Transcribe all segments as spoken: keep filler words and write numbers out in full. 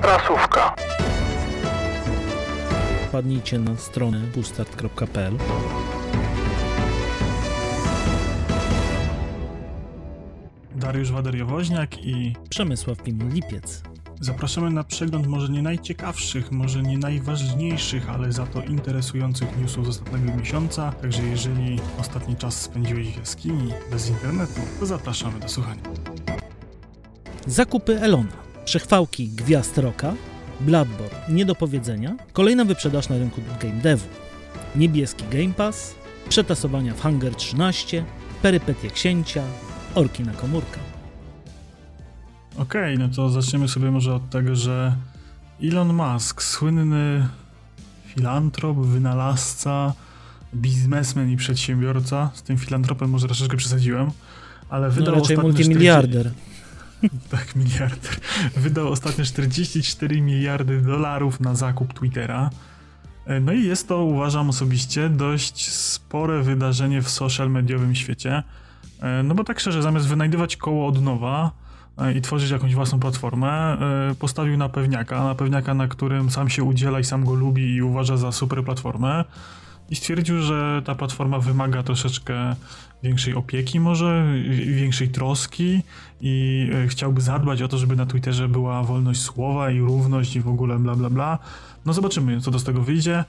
Prasówka. Wpadnijcie na stronę bustart kropka p l. Dariusz Wader-Woźniak i Przemysław Pimin-Lipiec. Zapraszamy na przegląd może nie najciekawszych, może nie najważniejszych, ale za to interesujących newsów z ostatniego miesiąca. Także jeżeli ostatni czas spędziłeś w jaskini bez internetu, to zapraszamy do słuchania. Zakupy Elona. Przechwałki gwiazd rocka. Bloodborne. Nie do powiedzenia. Kolejna wyprzedaż na rynku game devu. Niebieski Game Pass. Przetasowania w Hunger trzynaście. Perypetie księcia. Orki na komórkę. Okej, okay, no to zaczniemy sobie może od tego, że Elon Musk, słynny filantrop, wynalazca, biznesmen i przedsiębiorca, z tym filantropem może troszeczkę przesadziłem, ale wydał no raczej ostatnio multimiliarder. czterdzieści Tak, miliarder. Wydał ostatnio czterdzieści cztery miliardy dolarów na zakup Twittera. No i jest to, uważam osobiście, dość spore wydarzenie w social mediowym świecie. No bo tak szczerze, zamiast wynajdywać koło od nowa i tworzyć jakąś własną platformę, postawił na pewniaka, na pewniaka, na którym sam się udziela i sam go lubi i uważa za super platformę i stwierdził, że ta platforma wymaga troszeczkę większej opieki może, większej troski i chciałby zadbać o to, żeby na Twitterze była wolność słowa i równość i w ogóle bla bla bla. No zobaczymy, co to z tego wyjdzie.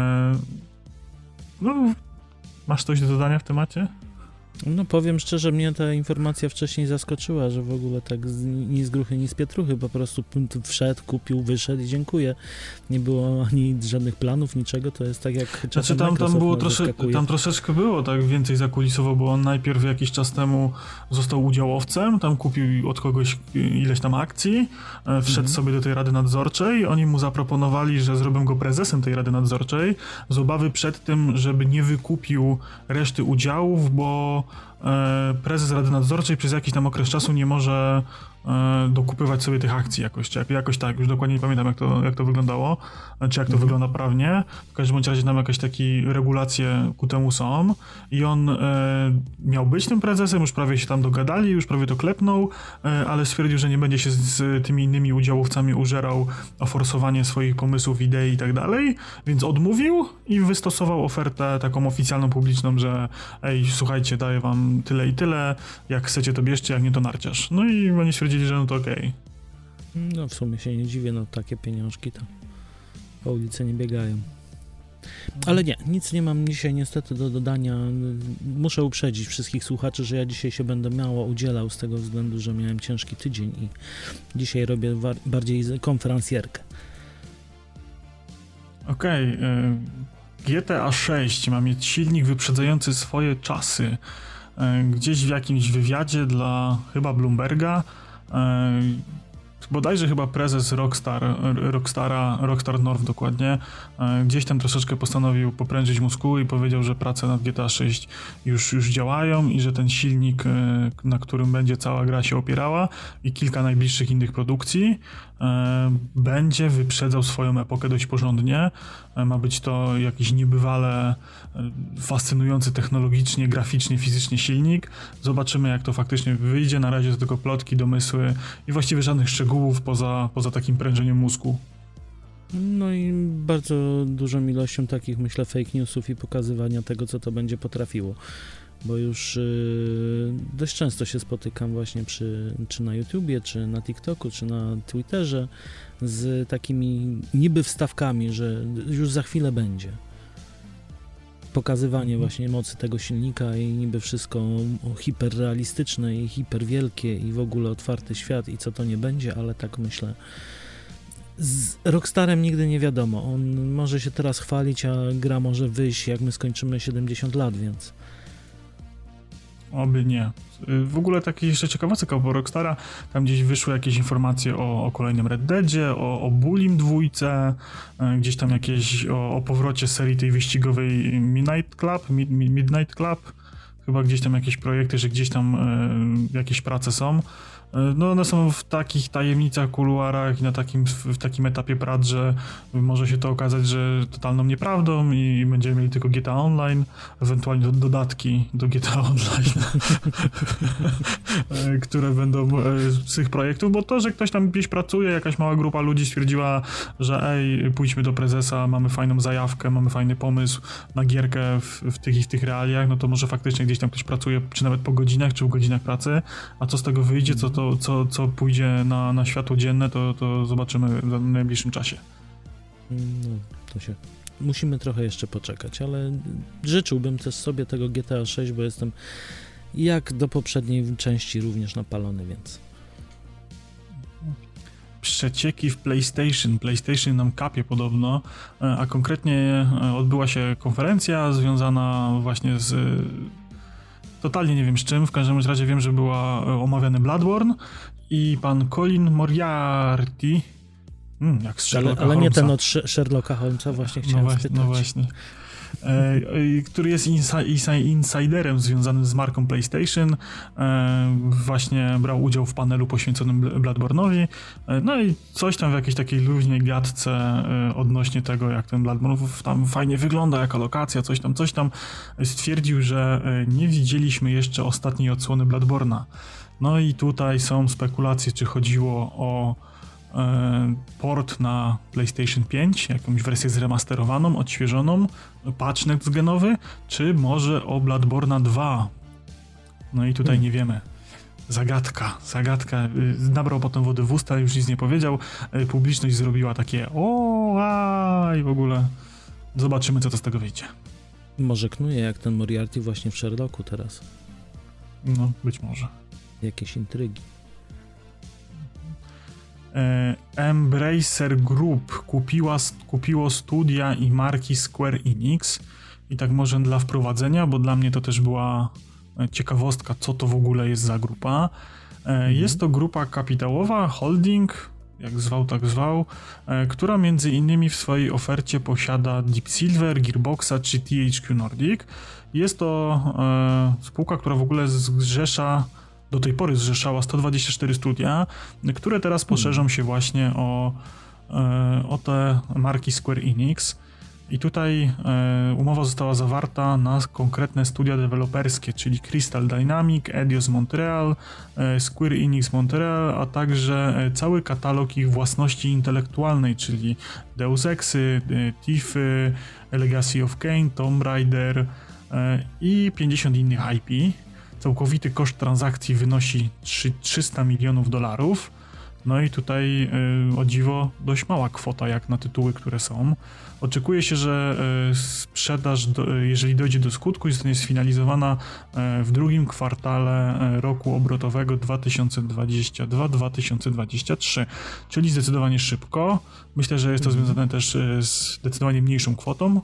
No, masz coś do dodania w temacie? No powiem szczerze, mnie ta informacja wcześniej zaskoczyła, że w ogóle tak z, ni z gruchy, ni z pietruchy, po prostu wszedł, kupił, wyszedł i dziękuję. Nie było ani żadnych planów, niczego, to jest tak jak znaczy tam, tam było trosze, tam troszeczkę było tak więcej zakulisowo, bo on najpierw jakiś czas temu został udziałowcem, tam kupił od kogoś ileś tam akcji, wszedł mhm. sobie do tej rady nadzorczej, oni mu zaproponowali, że zrobią go prezesem tej rady nadzorczej, z obawy przed tym, żeby nie wykupił reszty udziałów, bo prezes Rady Nadzorczej przez jakiś tam okres czasu nie może dokupywać sobie tych akcji jakoś, czy jakoś tak, już dokładnie nie pamiętam jak to, jak to wyglądało, czy jak to mhm. wygląda prawnie, w każdym bądź razie tam jakieś takie regulacje ku temu są i on e, miał być tym prezesem, już prawie się tam dogadali, już prawie to klepnął, e, ale stwierdził, że nie będzie się z, z tymi innymi udziałowcami użerał o forsowanie swoich pomysłów, idei i tak dalej, więc odmówił i wystosował ofertę taką oficjalną, publiczną, że ej, słuchajcie, daję wam tyle i tyle, jak chcecie to bierzcie, jak nie to narciarz. No i oni stwierdzili, że no to okej. Okay. No w sumie się nie dziwię, no takie pieniążki to po ulicy nie biegają. Ale nie, nic nie mam dzisiaj niestety do dodania. Muszę uprzedzić wszystkich słuchaczy, że ja dzisiaj się będę mało udzielał z tego względu, że miałem ciężki tydzień i dzisiaj robię bardziej konferencjerkę. Okej, okay. G T A sześć ma mieć silnik wyprzedzający swoje czasy. Gdzieś w jakimś wywiadzie dla chyba Bloomberga bodajże chyba prezes Rockstar, Rockstara, Rockstar North dokładnie, gdzieś tam troszeczkę postanowił poprężyć mózgu i powiedział, że prace nad G T A sześć już, już działają i że ten silnik, na którym będzie cała gra się opierała i kilka najbliższych innych produkcji, będzie wyprzedzał swoją epokę dość porządnie. Ma być to jakiś niebywale fascynujący technologicznie, graficznie, fizycznie silnik. Zobaczymy, jak to faktycznie wyjdzie. Na razie to tylko plotki, domysły i właściwie żadnych szczegółów poza, poza takim prężeniem mózgu. No i bardzo dużą ilością takich, myślę, fake newsów i pokazywania tego, co to będzie potrafiło. Bo już yy, dość często się spotykam właśnie przy, czy na YouTubie, czy na TikToku, czy na Twitterze z takimi niby wstawkami, że już za chwilę będzie. Pokazywanie właśnie mocy tego silnika i niby wszystko hiperrealistyczne i hiperwielkie i w ogóle otwarty świat i co to nie będzie, ale tak myślę. Z Rockstarem nigdy nie wiadomo. On może się teraz chwalić, a gra może wyjść, jak my skończymy siedemdziesiąt lat, więc... Oby nie. W ogóle takie jeszcze ciekawostka o Rockstara, tam gdzieś wyszły jakieś informacje o, o kolejnym Red Deadzie, o, o Bullim dwójce, gdzieś tam jakieś o, o powrocie serii tej wyścigowej Midnight Club, Mid, Midnight Club, chyba gdzieś tam jakieś projekty, że gdzieś tam e, jakieś prace są. No one są w takich tajemnicach, kuluarach i na takim, w takim etapie prac, że może się to okazać, że totalną nieprawdą i będziemy mieli tylko G T A Online, ewentualnie do, dodatki do G T A Online, które będą z tych projektów, bo to, że ktoś tam gdzieś pracuje, jakaś mała grupa ludzi stwierdziła, że ej, pójdźmy do prezesa, mamy fajną zajawkę, mamy fajny pomysł na gierkę w, w tych i w tych realiach, no to może faktycznie gdzieś tam ktoś pracuje, czy nawet po godzinach, czy w godzinach pracy, a co z tego wyjdzie, co to co, co pójdzie na, na światło dzienne, to, to zobaczymy w najbliższym czasie. No, to się... Musimy trochę jeszcze poczekać, ale życzyłbym też sobie tego G T A sześć, bo jestem jak do poprzedniej części również napalony, więc... Przecieki w PlayStation. PlayStation nam kapie podobno, a konkretnie odbyła się konferencja związana właśnie z... Totalnie nie wiem z czym, w każdym razie wiem, że była omawiany Bloodborne i pan Colin Moriarty, hmm, jak z Sherlocka Ale, ale nie Holmesa. ten od Sherlocka Holmesa, właśnie chciałem no właśnie, spytać. No właśnie. E, który jest insi- insiderem związanym z marką PlayStation, e, właśnie brał udział w panelu poświęconym Bloodborne'owi, e, no i coś tam w jakiejś takiej luźnej gadce e, odnośnie tego, jak ten Bloodborne tam fajnie wygląda, jaka lokacja, coś tam, coś tam, stwierdził, że e, nie widzieliśmy jeszcze ostatniej odsłony Bloodborne'a. No i tutaj są spekulacje, czy chodziło o port na PlayStation pięć, jakąś wersję zremasterowaną, odświeżoną, patch next-genowy, czy może o Bloodborne'a dwa. No i tutaj hmm. nie wiemy. Zagadka, zagadka. Nabrał potem wody w usta, już nic nie powiedział. Publiczność zrobiła takie o, a i w ogóle zobaczymy, co to z tego wyjdzie. Może knuje jak ten Moriarty właśnie w Sherlocku teraz. No, być może. Jakieś intrygi. Embracer Group kupiła, kupiło studia i marki Square Enix i tak może dla wprowadzenia, bo dla mnie to też była ciekawostka, co to w ogóle jest za grupa. Mhm. Jest to grupa kapitałowa, holding, jak zwał, tak zwał, która między innymi w swojej ofercie posiada Deep Silver, Gearboxa czy T H Q Nordic. Jest to e, spółka, która w ogóle zrzesza do tej pory zrzeszała sto dwadzieścia cztery studia, które teraz poszerzą się właśnie o, o te marki Square Enix. I tutaj umowa została zawarta na konkretne studia deweloperskie, czyli Crystal Dynamics, Eidos Montreal, Square Enix Montreal, a także cały katalog ich własności intelektualnej, czyli Deus Exy, Tiffy, Legacy of Kain, Tomb Raider i pięćdziesiąt innych I P. Całkowity koszt transakcji wynosi trzysta milionów dolarów. No i tutaj y, o dziwo dość mała kwota jak na tytuły, które są. Oczekuje się, że y, sprzedaż, do, jeżeli dojdzie do skutku, zostanie sfinalizowana y, w drugim kwartale y, roku obrotowego dwa tysiące dwudziestego drugiego do dwa tysiące dwudziestego trzeciego, czyli zdecydowanie szybko. Myślę, że jest to związane też y, z zdecydowanie mniejszą kwotą.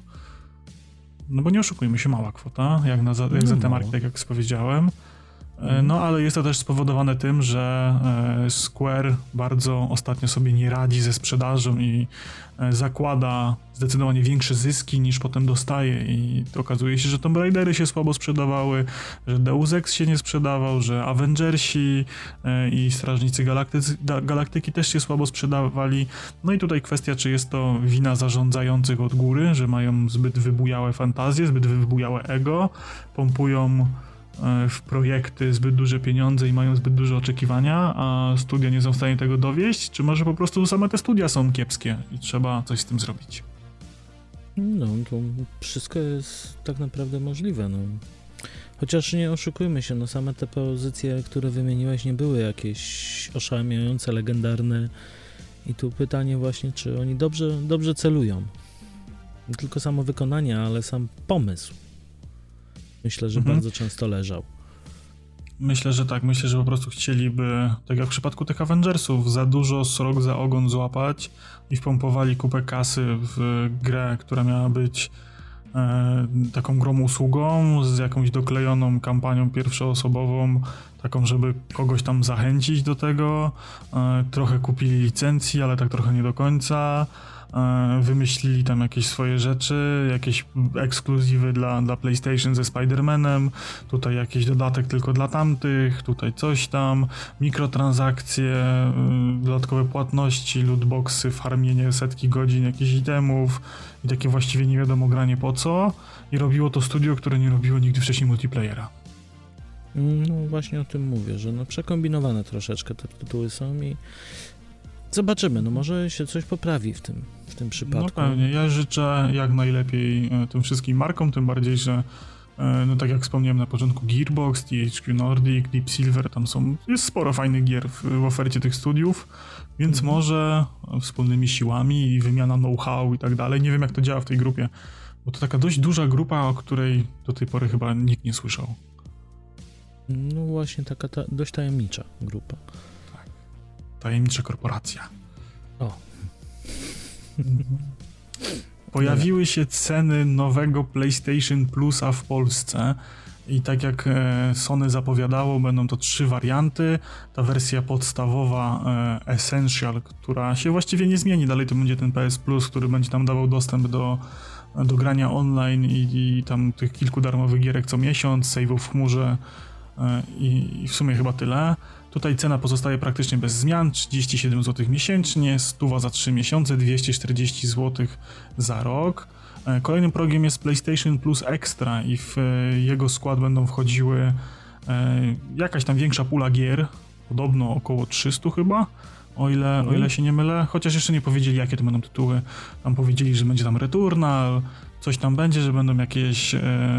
No bo nie oszukujmy się, mała kwota, jak, na, jak za te marki, tak jak powiedziałem. No ale jest to też spowodowane tym, że Square bardzo ostatnio sobie nie radzi ze sprzedażą i zakłada zdecydowanie większe zyski niż potem dostaje i okazuje się, że Tomb Raidery się słabo sprzedawały, że Deus Ex się nie sprzedawał, że Avengersi i Strażnicy Galaktycy, Galaktyki też się słabo sprzedawali. No i tutaj kwestia, czy jest to wina zarządzających od góry, że mają zbyt wybujałe fantazje, zbyt wybujałe ego, pompują w projekty zbyt duże pieniądze i mają zbyt duże oczekiwania, a studia nie są w stanie tego dowieść, czy może po prostu same te studia są kiepskie i trzeba coś z tym zrobić? No, to wszystko jest tak naprawdę możliwe, no. Chociaż nie oszukujmy się, no same te pozycje, które wymieniłeś, nie były jakieś oszałamiające, legendarne i tu pytanie właśnie, czy oni dobrze, dobrze celują. Nie tylko samo wykonanie, ale sam pomysł. Myślę, że mhm. bardzo często leżał. Myślę, że tak. Myślę, że po prostu chcieliby, tak jak w przypadku tych Avengersów, za dużo srok za ogon złapać i wpompowali kupę kasy w grę, która miała być e, taką grą usługą z jakąś doklejoną kampanią pierwszoosobową, taką, żeby kogoś tam zachęcić do tego. E, trochę kupili licencji, ale tak trochę nie do końca. wymyślili tam jakieś swoje rzeczy, jakieś ekskluzywy dla, dla PlayStation ze Spider-Manem, tutaj jakiś dodatek tylko dla tamtych, tutaj coś tam, mikrotransakcje, dodatkowe płatności, lootboxy, farmienie setki godzin jakichś itemów i takie właściwie nie wiadomo granie po co, i robiło to studio, które nie robiło nigdy wcześniej multiplayera. No właśnie o tym mówię, że no przekombinowane troszeczkę te tytuły są i zobaczymy, no może się coś poprawi w tym, w tym przypadku. No pewnie, ja życzę jak najlepiej tym wszystkim markom, tym bardziej, że no tak jak wspomniałem na początku, Gearbox, T H Q Nordic, Deep Silver, tam są, jest sporo fajnych gier w, w ofercie tych studiów, więc mhm. może wspólnymi siłami i wymiana know-how i tak dalej, nie wiem jak to działa w tej grupie, bo to taka dość duża grupa, o której do tej pory chyba nikt nie słyszał. No właśnie, taka ta, dość tajemnicza grupa. Tak. Tajemnicza korporacja. O. Pojawiły się ceny nowego PlayStation Plusa w Polsce i tak jak Sony zapowiadało, będą to trzy warianty. Ta wersja podstawowa Essential, która się właściwie nie zmieni, dalej to będzie ten P S Plus, który będzie tam dawał dostęp do do grania online i, i tam tych kilku darmowych gierek co miesiąc, save'ów w chmurze i, i w sumie chyba tyle. Tutaj cena pozostaje praktycznie bez zmian, trzydzieści siedem złotych miesięcznie, sto za trzy miesiące, dwieście czterdzieści złotych za rok. Kolejnym progiem jest PlayStation Plus Extra i w jego skład będą wchodziły jakaś tam większa pula gier, podobno około trzysta chyba, o ile, mm. o ile się nie mylę, chociaż jeszcze nie powiedzieli jakie to będą tytuły. Tam powiedzieli, że będzie tam Returnal, coś tam będzie, że będą jakieś e,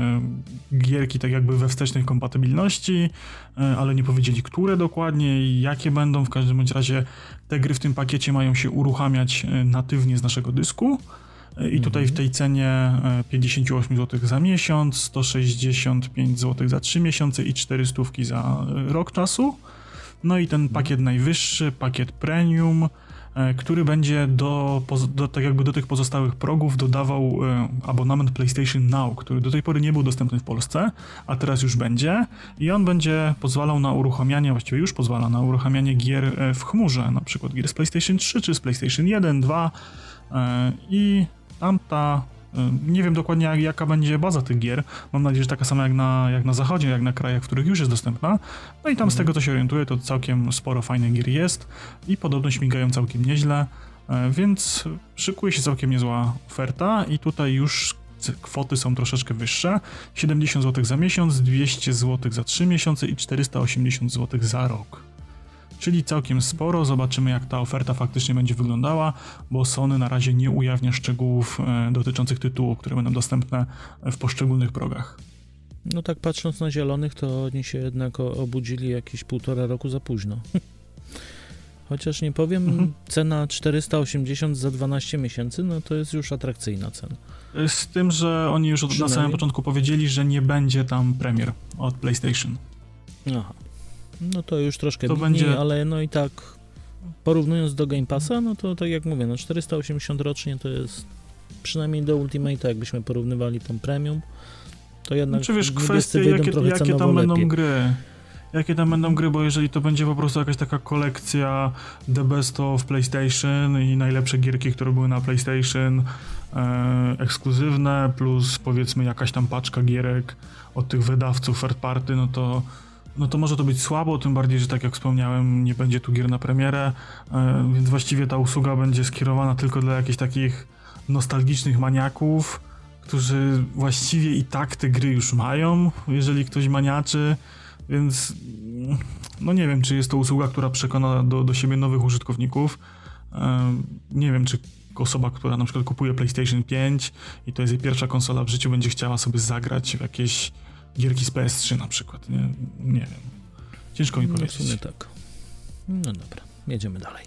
gierki tak jakby we wstecznej kompatybilności, e, ale nie powiedzieli które dokładnie i jakie będą. W każdym bądź razie te gry w tym pakiecie mają się uruchamiać natywnie z naszego dysku e, i tutaj mm. w tej cenie pięćdziesiąt osiem złotych za miesiąc, sto sześćdziesiąt pięć złotych za trzy miesiące i czterysta za rok czasu. No i ten pakiet najwyższy, pakiet premium, e, który będzie do, do, tak jakby do tych pozostałych progów dodawał e, abonament PlayStation Now, który do tej pory nie był dostępny w Polsce, a teraz już będzie i on będzie pozwalał na uruchamianie, właściwie już pozwala na uruchamianie gier e, w chmurze, na przykład gier z PlayStation trzy czy z PlayStation jeden, dwa e, i tamta. Nie wiem dokładnie jak, jaka będzie baza tych gier. Mam nadzieję, że taka sama jak na, jak na zachodzie, jak na krajach, w których już jest dostępna. No i tam mm. z tego co się orientuję, to całkiem sporo fajnych gier jest i podobno śmigają całkiem nieźle, więc szykuje się całkiem niezła oferta i tutaj już kwoty są troszeczkę wyższe. siedemdziesiąt złotych za miesiąc, dwieście złotych za trzy miesiące i czterysta osiemdziesiąt złotych za rok. Czyli całkiem sporo, zobaczymy jak ta oferta faktycznie będzie wyglądała, bo Sony na razie nie ujawnia szczegółów e, dotyczących tytułów, które będą dostępne w poszczególnych progach. No tak patrząc na zielonych, to oni się jednak obudzili jakieś półtora roku za późno. Chociaż nie powiem, mhm. cena czterysta osiemdziesiąt za dwanaście miesięcy, no to jest już atrakcyjna cena. Z tym, że oni już od, na samym początku powiedzieli, że nie będzie tam premier od PlayStation. Aha. No to już troszkę to będzie... ale no i tak porównując do Game Passa, no to tak jak mówię, no czterysta osiemdziesiąt rocznie to jest przynajmniej do Ultimate'a, jakbyśmy porównywali tą premium, to jednak czy wiesz, kwestie jakie, jakie tam będą lepiej. gry jakie tam będą gry, bo jeżeli to będzie po prostu jakaś taka kolekcja The Best of PlayStation i najlepsze gierki, które były na PlayStation e, ekskluzywne, plus powiedzmy jakaś tam paczka gierek od tych wydawców third party, no to no to może to być słabo, tym bardziej, że tak jak wspomniałem, nie będzie tu gier na premierę, e, więc właściwie ta usługa będzie skierowana tylko dla jakichś takich nostalgicznych maniaków, którzy właściwie i tak te gry już mają, jeżeli ktoś maniaczy, więc no nie wiem, czy jest to usługa, która przekona do, do siebie nowych użytkowników. E, nie wiem, czy osoba, która na przykład kupuje PlayStation pięć i to jest jej pierwsza konsola w życiu, będzie chciała sobie zagrać w jakieś gierki z P S trzy na przykład, nie, nie wiem. Ciężko mi powiedzieć. No w sumie tak. No dobra, jedziemy dalej.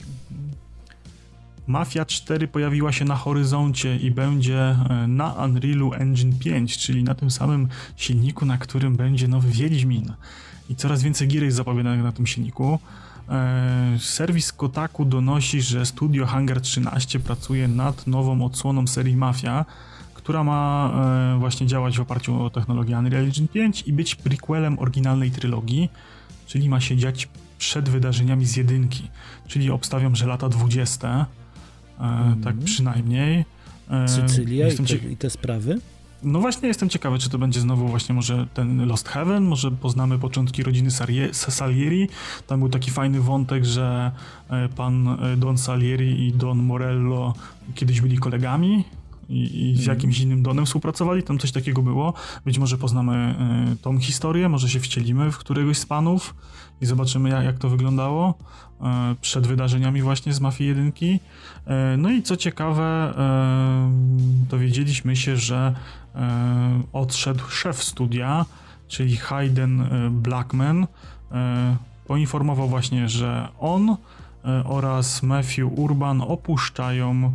Mafia cztery pojawiła się na horyzoncie i będzie na Unrealu Engine pięć, czyli na tym samym silniku, na którym będzie nowy Wiedźmin. I coraz więcej gier jest zapowiadanych na tym silniku. Eee, serwis Kotaku donosi, że studio Hangar trzynaście pracuje nad nową odsłoną serii Mafia, która ma e, właśnie działać w oparciu o technologię Unreal Engine pięć i być prequelem oryginalnej trylogii, czyli ma się dziać przed wydarzeniami z jedynki, czyli obstawiam, że lata dwudzieste. mm. tak przynajmniej. Sycylia i te, i te sprawy? No właśnie jestem ciekawy, czy to będzie znowu właśnie może ten Lost Heaven, może poznamy początki rodziny Salieri. Tam był taki fajny wątek, że pan Don Salieri i Don Morello kiedyś byli kolegami i, i z jakimś innym Donem współpracowali, tam coś takiego było. Być może poznamy y, tą historię, może się wcielimy w któregoś z panów i zobaczymy, jak, jak to wyglądało y, przed wydarzeniami właśnie z Mafii jedynki. Y, no i co ciekawe, y, dowiedzieliśmy się, że y, odszedł szef studia, czyli Hayden Blackman, y, poinformował właśnie, że on y, oraz Matthew Urban opuszczają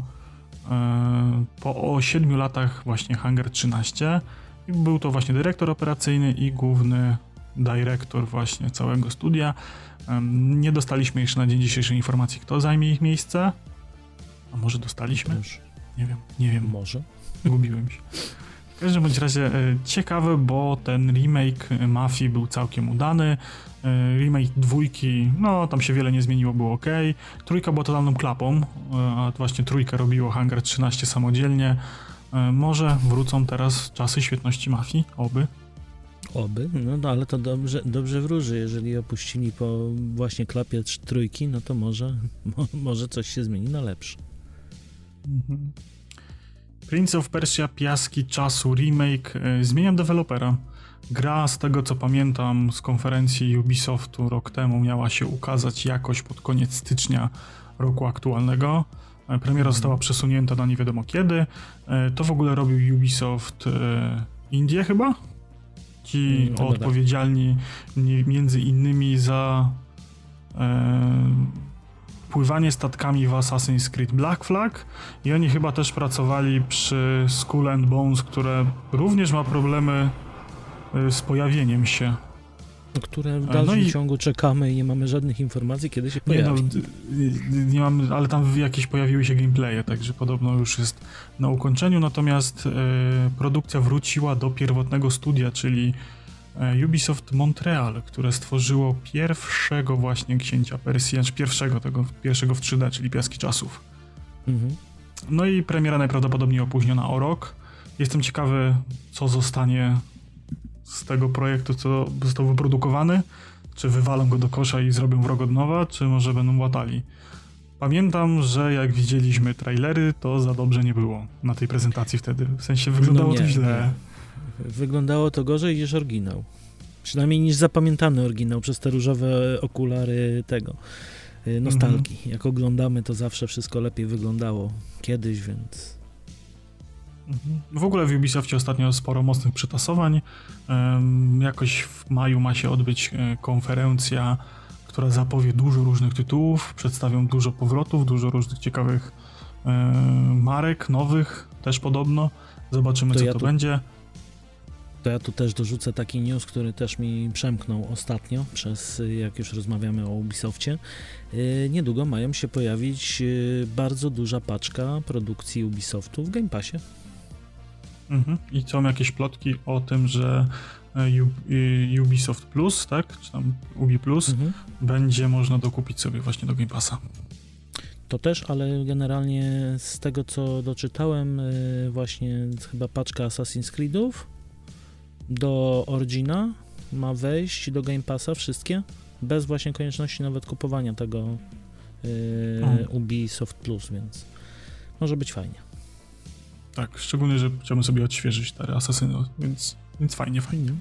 po siedmiu latach właśnie Hangar trzynaście. Był to właśnie dyrektor operacyjny i główny dyrektor właśnie całego studia. Nie dostaliśmy jeszcze na dzień dzisiejszy informacji, kto zajmie ich miejsce. A może dostaliśmy? Już. Nie wiem, nie wiem. Może. Gubiłem się. W każdym bądź razie ciekawe, bo ten remake Mafii był całkiem udany. Remake dwójki, no tam się wiele nie zmieniło, było ok. Trójka była totalną klapą, a właśnie trójkę robiło Hangar trzynaście samodzielnie. Może wrócą teraz czasy świetności Mafii, oby. Oby, no ale to dobrze, dobrze wróży, jeżeli opuścili po właśnie klapie trójki, no to może, mo, może coś się zmieni na lepsze. Mhm. Prince of Persia Piaski Czasu remake, zmieniam dewelopera. Gra, z tego co pamiętam z konferencji Ubisoftu rok temu, miała się ukazać jakoś pod koniec stycznia roku aktualnego. Premiera została przesunięta na nie wiadomo kiedy. To w ogóle robił Ubisoft Indie chyba? Ci hmm, odpowiedzialni tak. między innymi za e, pływanie statkami w Assassin's Creed Black Flag i oni chyba też pracowali przy Skull and Bones, które również ma problemy z pojawieniem się. Które w dalszym no i... ciągu czekamy i nie mamy żadnych informacji, kiedy się pojawi. Nie, no, nie mamy, ale tam jakieś pojawiły się gameplaye, także podobno już jest na ukończeniu, natomiast e, produkcja wróciła do pierwotnego studia, czyli e, Ubisoft Montreal, które stworzyło pierwszego właśnie Księcia Persji, znaczy pierwszego tego, pierwszego w trzy D, czyli Piaski Czasów. Mhm. No i premiera najprawdopodobniej opóźniona o rok. Jestem ciekawy, co zostanie z tego projektu, co został wyprodukowany, czy wywalą go do kosza i zrobią wrog od nowa, czy może będą łatali. Pamiętam, że jak widzieliśmy trailery, to za dobrze nie było na tej prezentacji wtedy. W sensie wyglądało no nie, to źle. Nie. Wyglądało to gorzej niż oryginał. Przynajmniej niż zapamiętany oryginał przez te różowe okulary tego nostalgii. Mhm. Jak oglądamy, to zawsze wszystko lepiej wyglądało kiedyś, więc... W ogóle w Ubisoftie ostatnio sporo mocnych przetasowań. Jakoś w maju ma się odbyć konferencja, która zapowie dużo różnych tytułów, przedstawią dużo powrotów, dużo różnych ciekawych marek, nowych też podobno. Zobaczymy, to co ja to tu, będzie. To ja tu też dorzucę taki news, który też mi przemknął ostatnio, przez jak już rozmawiamy o Ubisoftie. Niedługo mają się pojawić bardzo duża paczka produkcji Ubisoftu w Game Passie. Mhm. I są jakieś plotki o tym, że Ubisoft Plus, tak? Czy tam Ubi Plus, mhm. będzie można dokupić sobie właśnie do Game Passa. To też, ale generalnie z tego, co doczytałem, właśnie chyba paczka Assassin's Creedów do Origina ma wejść do Game Passa wszystkie, bez właśnie konieczności nawet kupowania tego yy, Ubisoft Plus, więc może być fajnie. Tak, szczególnie, że chciałbym sobie odświeżyć stare Asasyny, więc, więc fajnie, fajnie.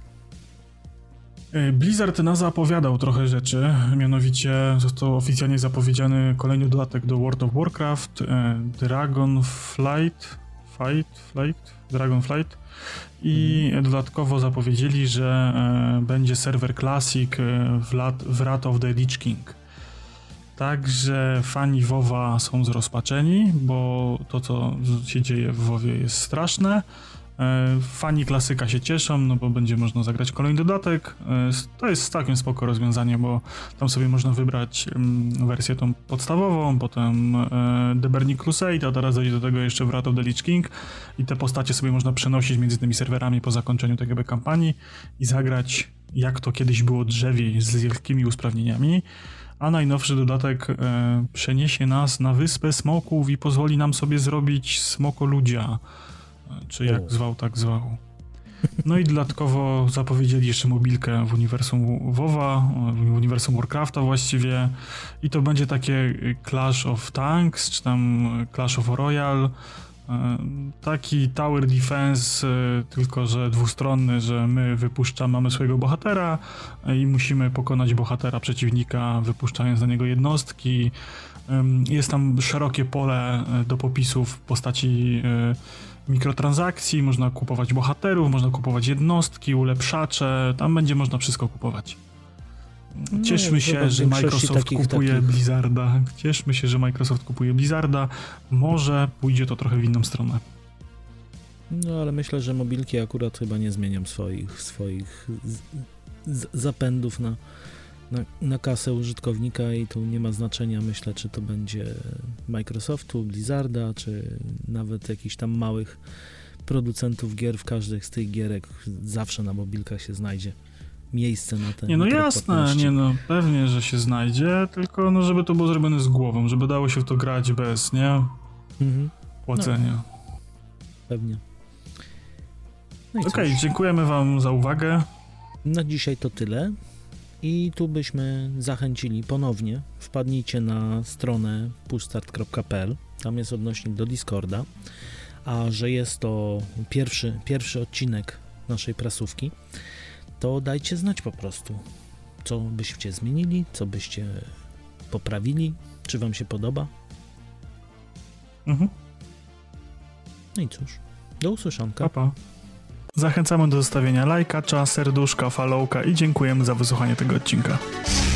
Blizzard nas zapowiadał trochę rzeczy, mianowicie został oficjalnie zapowiedziany kolejny dodatek do World of Warcraft, Dragonflight, Fight, Flight, Dragonflight i mhm. dodatkowo zapowiedzieli, że będzie serwer Classic w, lat, w Wrath of the Lich King. Także fani WoWa są zrozpaczeni, bo to, co się dzieje w WoWie, jest straszne. Fani klasyka się cieszą, no bo będzie można zagrać kolejny dodatek. To jest całkiem spoko rozwiązanie, bo tam sobie można wybrać wersję tą podstawową, potem The Burning Crusade, a teraz dojdzie do tego jeszcze Wrath of the Lich King i te postacie sobie można przenosić między tymi serwerami po zakończeniu tej kampanii i zagrać jak to kiedyś było drzewiej z wielkimi usprawnieniami. a najnowszy dodatek e, przeniesie nas na wyspę smoków i pozwoli nam sobie zrobić smokoludzia, czy jak o. zwał, tak zwał. No i dodatkowo zapowiedzieli jeszcze mobilkę w uniwersum WoWa, w uniwersum Warcrafta właściwie i to będzie takie Clash of Tanks, czy tam Clash of Royale, taki tower defense, tylko że dwustronny, że my wypuszczamy, mamy swojego bohatera i musimy pokonać bohatera przeciwnika, wypuszczając na niego jednostki. Jest tam szerokie pole do popisów w postaci mikrotransakcji, można kupować bohaterów, można kupować jednostki, ulepszacze, tam będzie można wszystko kupować. Cieszmy no, się, że Microsoft takich, kupuje takich. Blizzarda. Cieszmy się, że Microsoft kupuje Blizzarda. Może pójdzie to trochę w inną stronę. No ale myślę, że mobilki akurat chyba nie zmienią swoich, swoich z, z, zapędów na, na, na kasę użytkownika i tu nie ma znaczenia, myślę, czy to będzie Microsoftu, Blizzarda, czy nawet jakichś tam małych producentów gier. W każdej z tych gierek zawsze na mobilkach się znajdzie miejsce na ten. Nie, no jasne, nie no, pewnie, że się znajdzie, tylko no, żeby to było zrobione z głową, żeby dało się w to grać bez, nie? Mhm. Płacenia. No, pewnie. No Okej, okay, dziękujemy wam za uwagę. Na dzisiaj to tyle i tu byśmy zachęcili ponownie, wpadnijcie na stronę pushstart kropka p l, tam jest odnośnik do Discorda, a że jest to pierwszy, pierwszy odcinek naszej prasówki, to dajcie znać po prostu, co byście zmienili, co byście poprawili, czy wam się podoba. Mhm. No i cóż, do usłyszonka. Pa, pa. Zachęcamy do zostawienia lajka, serduszka, followka i dziękujemy za wysłuchanie tego odcinka.